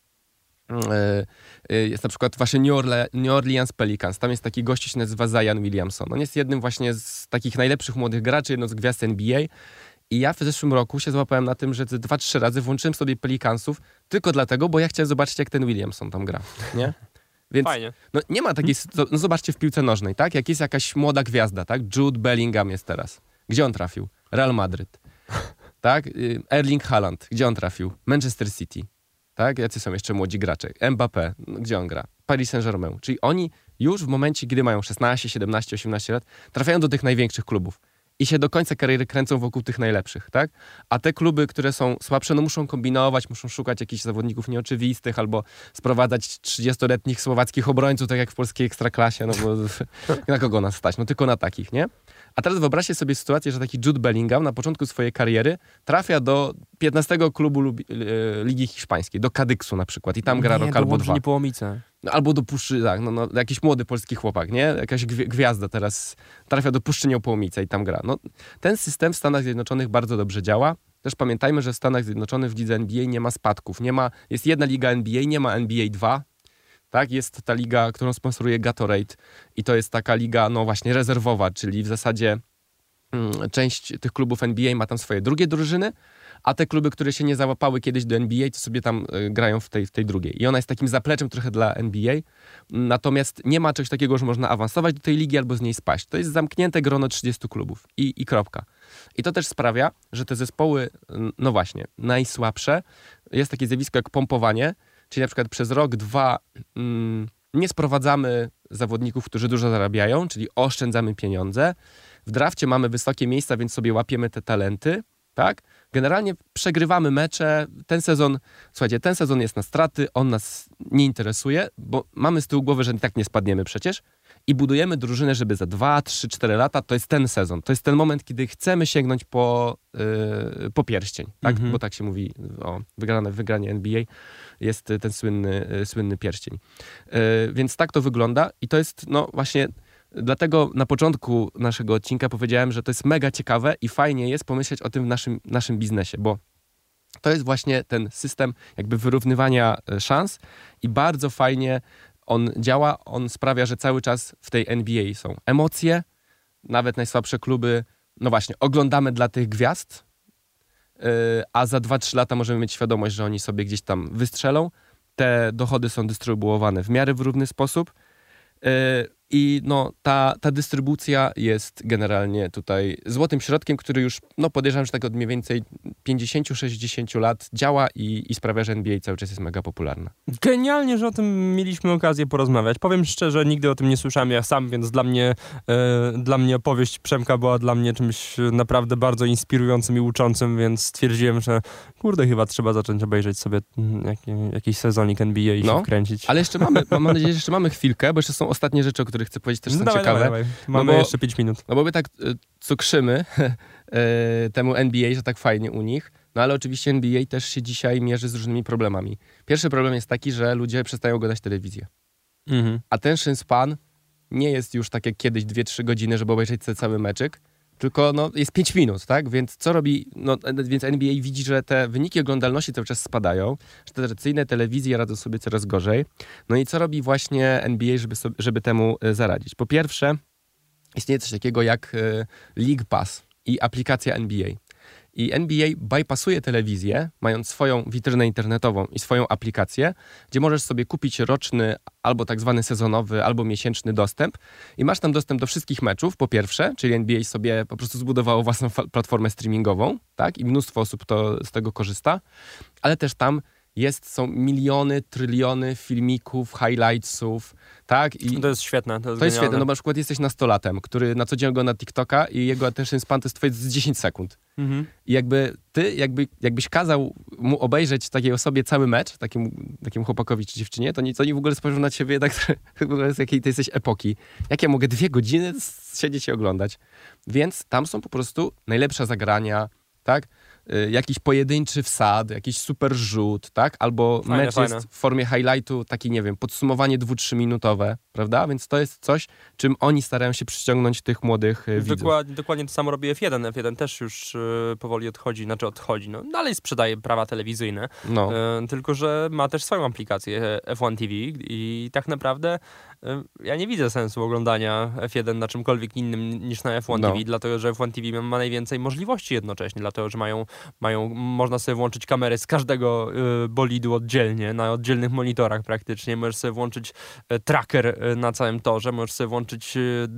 Speaker 2: jest na przykład właśnie New Orleans Pelicans. Tam jest taki gościu, się nazywa Zion Williamson. On jest jednym właśnie z takich najlepszych młodych graczy, jedną z gwiazd NBA. I ja w zeszłym roku się złapałem na tym, że 2-3 razy włączyłem sobie Pelicansów tylko dlatego, bo ja chciałem zobaczyć, jak ten Williamson tam gra. Nie? Więc
Speaker 1: fajnie.
Speaker 2: No, nie ma takiej... No, zobaczcie w piłce nożnej, tak? Jak jest jakaś młoda gwiazda, tak? Jude Bellingham jest teraz. Gdzie on trafił? Real Madryt. Tak? Erling Haaland. Gdzie on trafił? Manchester City. Tak? Jacy są jeszcze młodzi gracze? Mbappé. Gdzie on gra? Paris Saint-Germain. Czyli oni już w momencie, kiedy mają 16, 17, 18 lat, trafiają do tych największych klubów. I się do końca kariery kręcą wokół tych najlepszych, tak? A te kluby, które są słabsze, no muszą kombinować, muszą szukać jakichś zawodników nieoczywistych albo sprowadzać 30-letnich słowackich obrońców, tak jak w polskiej ekstraklasie, no bo na kogo nas stać? No tylko na takich, nie? A teraz wyobraźcie sobie sytuację, że taki Jude Bellingham na początku swojej kariery trafia do 15 klubu Ligi Hiszpańskiej, do Cadixu na przykład i tam gra rok albo 2.
Speaker 1: Niepołomice.
Speaker 2: No, albo do Puszczy, tak, jakiś młody polski chłopak, nie? Jakaś gwiazda teraz trafia do Puszczy Niepołomice i tam gra. No, ten system w Stanach Zjednoczonych bardzo dobrze działa. Też pamiętajmy, że w Stanach Zjednoczonych w lidze NBA nie ma spadków. Jest jedna liga NBA, nie ma NBA 2. Tak? Jest ta liga, którą sponsoruje Gatorade i to jest taka liga, no właśnie rezerwowa, czyli w zasadzie część tych klubów NBA ma tam swoje drugie drużyny, a te kluby, które się nie załapały kiedyś do NBA, to sobie tam grają w tej drugiej. I ona jest takim zapleczem trochę dla NBA, natomiast nie ma czegoś takiego, że można awansować do tej ligi albo z niej spaść. To jest zamknięte grono 30 klubów i kropka. I to też sprawia, że te zespoły, no właśnie, najsłabsze, jest takie zjawisko jak pompowanie, czyli na przykład przez rok, 2 nie sprowadzamy zawodników, którzy dużo zarabiają, czyli oszczędzamy pieniądze. W drafcie mamy wysokie miejsca, więc sobie łapiemy te talenty, tak? Generalnie przegrywamy mecze. Ten sezon jest na straty, on nas nie interesuje, bo mamy z tyłu głowy, że i tak nie spadniemy przecież i budujemy drużynę, żeby za 2, 3, 4 lata, to jest ten sezon, to jest ten moment, kiedy chcemy sięgnąć po pierścień, tak? Bo tak się mówi o wygranie NBA, jest ten słynny pierścień. Więc tak to wygląda i to jest, no właśnie, dlatego na początku naszego odcinka powiedziałem, że to jest mega ciekawe i fajnie jest pomyśleć o tym w naszym biznesie, bo To jest właśnie ten system jakby wyrównywania szans i bardzo fajnie on działa. On sprawia, że cały czas w tej NBA są emocje, nawet najsłabsze kluby, no właśnie, oglądamy dla tych gwiazd, a za 2-3 lata możemy mieć świadomość, że oni sobie gdzieś tam wystrzelą. Te dochody są dystrybuowane w miarę w równy sposób. I no, ta dystrybucja jest generalnie tutaj złotym środkiem, który już, no podejrzewam, że tak od mniej więcej 50-60 lat działa i sprawia, że NBA cały czas jest mega popularna.
Speaker 1: Genialnie, że o tym mieliśmy okazję porozmawiać. Powiem szczerze, nigdy o tym nie słyszałem ja sam, więc dla mnie opowieść Przemka była dla mnie czymś naprawdę bardzo inspirującym i uczącym, więc stwierdziłem, że kurde, chyba trzeba zacząć obejrzeć sobie jakiś sezonik NBA i się wkręcić.
Speaker 2: Ale jeszcze mam nadzieję, że jeszcze mamy chwilkę, bo jeszcze są ostatnie rzeczy, o których chcę powiedzieć, też są ciekawe.
Speaker 1: Dawaj. Mamy jeszcze 5 minut.
Speaker 2: No bo my tak cukrzymy temu NBA, że tak fajnie u nich, no ale oczywiście NBA też się dzisiaj mierzy z różnymi problemami. Pierwszy problem jest taki, że ludzie przestają oglądać telewizję. Attention span nie jest już tak jak kiedyś 2-3 godziny, żeby obejrzeć cały meczyk, tylko no, jest 5 minut, tak? Więc co robi? No, więc NBA widzi, że te wyniki oglądalności cały czas spadają, że te tradycyjne telewizje radzą sobie coraz gorzej. No i co robi właśnie NBA, żeby temu zaradzić? Po pierwsze, istnieje coś takiego jak League Pass i aplikacja NBA. I NBA bypassuje telewizję, mając swoją witrynę internetową i swoją aplikację, gdzie możesz sobie kupić roczny albo tak zwany sezonowy, albo miesięczny dostęp i masz tam dostęp do wszystkich meczów, po pierwsze, czyli NBA sobie po prostu zbudowało własną platformę streamingową, tak? I mnóstwo osób z tego korzysta, ale też tam są miliony, tryliony filmików, highlightsów, tak? I
Speaker 1: to jest świetne.
Speaker 2: To jest świetne, no na przykład jesteś nastolatem, który na co dzień ogląda TikToka i jego attention span to jest twoje z 10 sekund. I jakby ty, jakbyś kazał mu obejrzeć takiej osobie cały mecz, takiemu chłopakowi czy dziewczynie, to oni w ogóle spojrzą na ciebie tak, z jakiej ty jesteś epoki. Jak ja mogę 2 godziny siedzieć i oglądać? Więc tam są po prostu najlepsze zagrania, tak? Jakiś pojedynczy wsad, jakiś super rzut, tak? Albo mecz jest w formie highlightu, taki, nie wiem, podsumowanie 2-3 minutowe, prawda? Więc to jest coś, czym oni starają się przyciągnąć tych młodych widzów.
Speaker 1: Dokładnie to samo robi F1. F1 też już powoli odchodzi. No dalej sprzedaje prawa telewizyjne, tylko że ma też swoją aplikację F1 TV i tak naprawdę ja nie widzę sensu oglądania F1 na czymkolwiek innym niż na F1 TV, dlatego że F1 TV ma najwięcej możliwości jednocześnie, dlatego że można sobie włączyć kamerę z każdego bolidu oddzielnie, na oddzielnych monitorach praktycznie. Możesz sobie włączyć tracker na całym torze, możesz sobie włączyć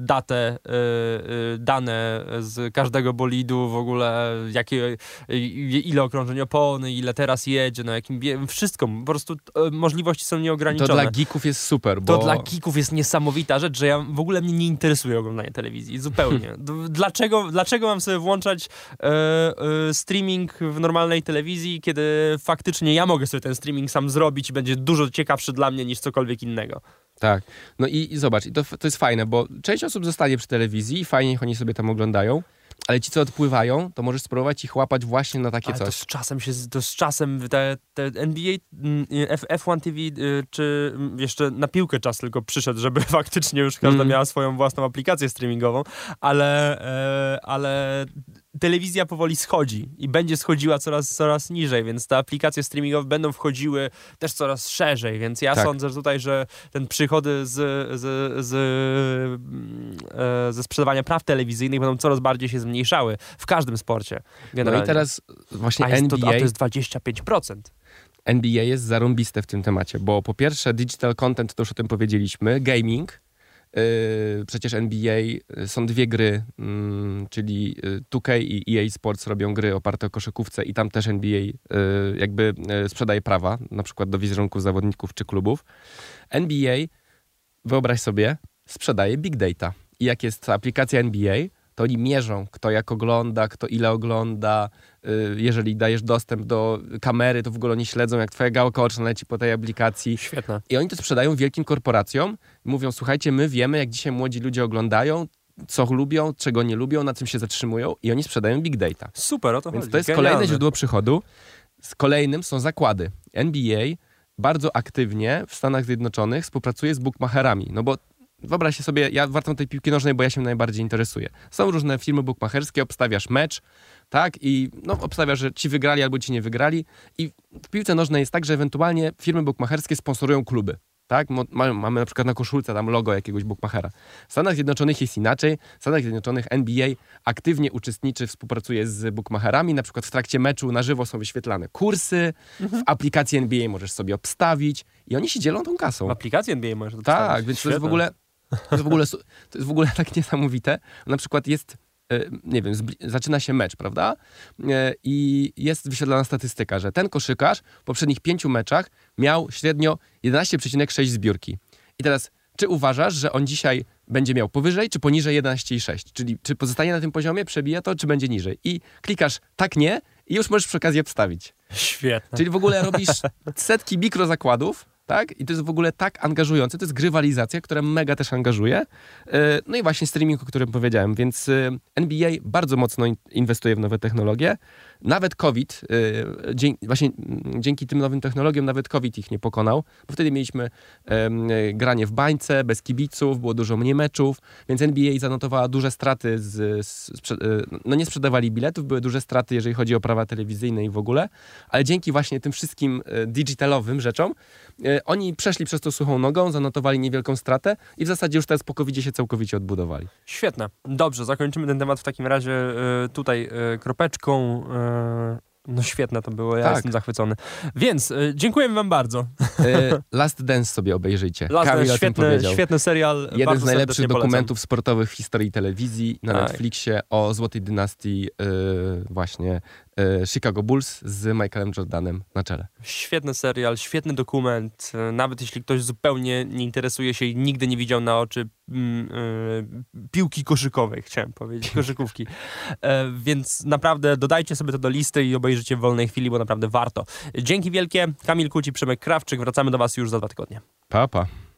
Speaker 1: dane z każdego bolidu, w ogóle ile okrążeń opony, ile teraz jedzie, na jakim wszystko. Po prostu możliwości są nieograniczone.
Speaker 2: To dla geeków jest super, bo...
Speaker 1: To dla geeków jest niesamowita rzecz, że w ogóle mnie nie interesuje oglądanie telewizji. Zupełnie. Dlaczego mam sobie włączać streaming w normalnej telewizji, kiedy faktycznie ja mogę sobie ten streaming sam zrobić i będzie dużo ciekawszy dla mnie niż cokolwiek innego.
Speaker 2: Tak. No i zobacz, to jest fajne, bo część osób zostaje przy telewizji i fajnie niech oni sobie tam oglądają, ale ci, co odpływają, to możesz spróbować ich łapać właśnie na takie coś.
Speaker 1: To z czasem te NBA, F1 TV, czy jeszcze na piłkę czas tylko przyszedł, żeby faktycznie już każda miała swoją własną aplikację streamingową, ale telewizja powoli schodzi i będzie schodziła coraz niżej, więc te aplikacje streamingowe będą wchodziły też coraz szerzej, więc ja sądzę, że tutaj, że ten przychody ze sprzedawania praw telewizyjnych będą coraz bardziej się zmniejszały w każdym sporcie generalnie.
Speaker 2: No i teraz właśnie NBA...
Speaker 1: to jest 25%.
Speaker 2: NBA jest zarąbiste w tym temacie, bo po pierwsze digital content, to już o tym powiedzieliśmy, gaming, przecież NBA są 2 gry, czyli 2K i EA Sports robią gry oparte o koszykówce i tam też NBA jakby sprzedaje prawa, na przykład do wizerunków zawodników czy klubów. NBA, wyobraź sobie, sprzedaje big data. I jak jest aplikacja NBA, to oni mierzą, kto jak ogląda, kto ile ogląda. Jeżeli dajesz dostęp do kamery, to w ogóle oni śledzą, jak twoja gałka oczna leci po tej aplikacji.
Speaker 1: Świetne.
Speaker 2: I oni to sprzedają wielkim korporacjom. Mówią, słuchajcie, my wiemy, jak dzisiaj młodzi ludzie oglądają, co lubią, czego nie lubią, na czym się zatrzymują i oni sprzedają big data.
Speaker 1: Super, o to
Speaker 2: Więc
Speaker 1: chodzi.
Speaker 2: to jest kolejne źródło przychodu. Z kolejnym są zakłady. NBA bardzo aktywnie w Stanach Zjednoczonych współpracuje z bookmacherami, no bo wyobraź sobie, ja wracam do tej piłki nożnej, bo ja się najbardziej interesuję. Są różne firmy bukmacherskie, obstawiasz mecz, tak? I obstawiasz, że ci wygrali albo ci nie wygrali. I w piłce nożnej jest tak, że ewentualnie firmy bukmacherskie sponsorują kluby. Tak? Mamy na przykład na koszulce tam logo jakiegoś bookmachera. W Stanach Zjednoczonych jest inaczej. W Stanach Zjednoczonych NBA aktywnie uczestniczy, współpracuje z bookmacherami. Na przykład w trakcie meczu na żywo są wyświetlane kursy. W aplikacji NBA możesz sobie obstawić i oni się dzielą tą kasą.
Speaker 1: W aplikacji NBA możesz obstawić.
Speaker 2: Tak, więc to jest w ogóle tak niesamowite. Na przykład jest nie wiem, zaczyna się mecz, prawda? I jest wyświetlana statystyka, że ten koszykarz w poprzednich 5 meczach miał średnio 11,6 zbiórki. I teraz, czy uważasz, że on dzisiaj będzie miał powyżej, czy poniżej 11,6? Czyli czy pozostanie na tym poziomie, przebije to, czy będzie niżej? I klikasz tak, nie i już możesz przy okazji obstawić.
Speaker 1: Świetne.
Speaker 2: Czyli w ogóle robisz setki mikrozakładów, tak? I to jest w ogóle tak angażujące. To jest grywalizacja, która mega też angażuje. No i właśnie streaming, o którym powiedziałem. Więc NBA bardzo mocno inwestuje w nowe technologie. Nawet COVID, właśnie dzięki tym nowym technologiom, nawet COVID ich nie pokonał, bo wtedy mieliśmy granie w bańce, bez kibiców, było dużo mniej meczów, więc NBA zanotowała duże straty, no nie sprzedawali biletów, były duże straty, jeżeli chodzi o prawa telewizyjne i w ogóle, ale dzięki właśnie tym wszystkim digitalowym rzeczom, oni przeszli przez to suchą nogą, zanotowali niewielką stratę i w zasadzie już teraz po COVID-zie się całkowicie odbudowali.
Speaker 1: Świetne. Dobrze, zakończymy ten temat w takim razie tutaj kropeczką. No świetne to było, ja jestem zachwycony. Więc dziękujemy wam bardzo.
Speaker 2: Last Dance sobie obejrzyjcie.
Speaker 1: Last Dance, świetny serial.
Speaker 2: Jeden z najlepszych dokumentów sportowych w historii telewizji na Netflixie o złotej dynastii właśnie Chicago Bulls z Michaelem Jordanem na czele.
Speaker 1: Świetny serial, świetny dokument. Nawet jeśli ktoś zupełnie nie interesuje się i nigdy nie widział na oczy piłki koszykowej, chciałem powiedzieć, koszykówki. Więc naprawdę dodajcie sobie to do listy i obejrzyjcie w wolnej chwili, bo naprawdę warto. Dzięki wielkie. Kamil Kuci, Przemek Krawczyk. Wracamy do was już za 2 tygodnie.
Speaker 2: Pa, pa.